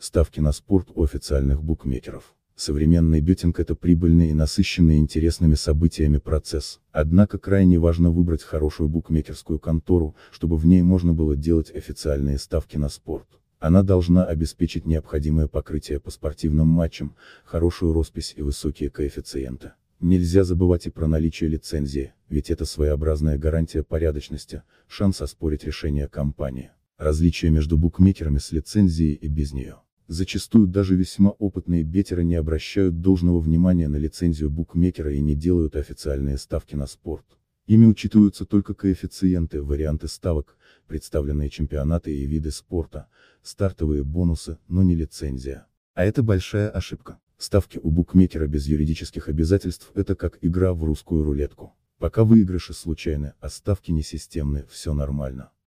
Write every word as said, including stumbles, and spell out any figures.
Ставки на спорт у официальных букмекеров. Современный беттинг — это прибыльный и насыщенный интересными событиями процесс, однако крайне важно выбрать хорошую букмекерскую контору, чтобы в ней можно было делать официальные ставки на спорт. Она должна обеспечить необходимое покрытие по спортивным матчам, хорошую роспись и высокие коэффициенты. Нельзя забывать и про наличие лицензии, ведь это своеобразная гарантия порядочности, шанс оспорить решение компании. Различия между букмекерами с лицензией и без нее. Зачастую даже весьма опытные беттеры не обращают должного внимания на лицензию букмекера и не делают официальные ставки на спорт. Ими учитываются только коэффициенты, варианты ставок, представленные чемпионаты и виды спорта, стартовые бонусы, но не лицензия. А это большая ошибка. Ставки у букмекера без юридических обязательств — это как игра в русскую рулетку. Пока выигрыши случайны, а ставки несистемны, все нормально.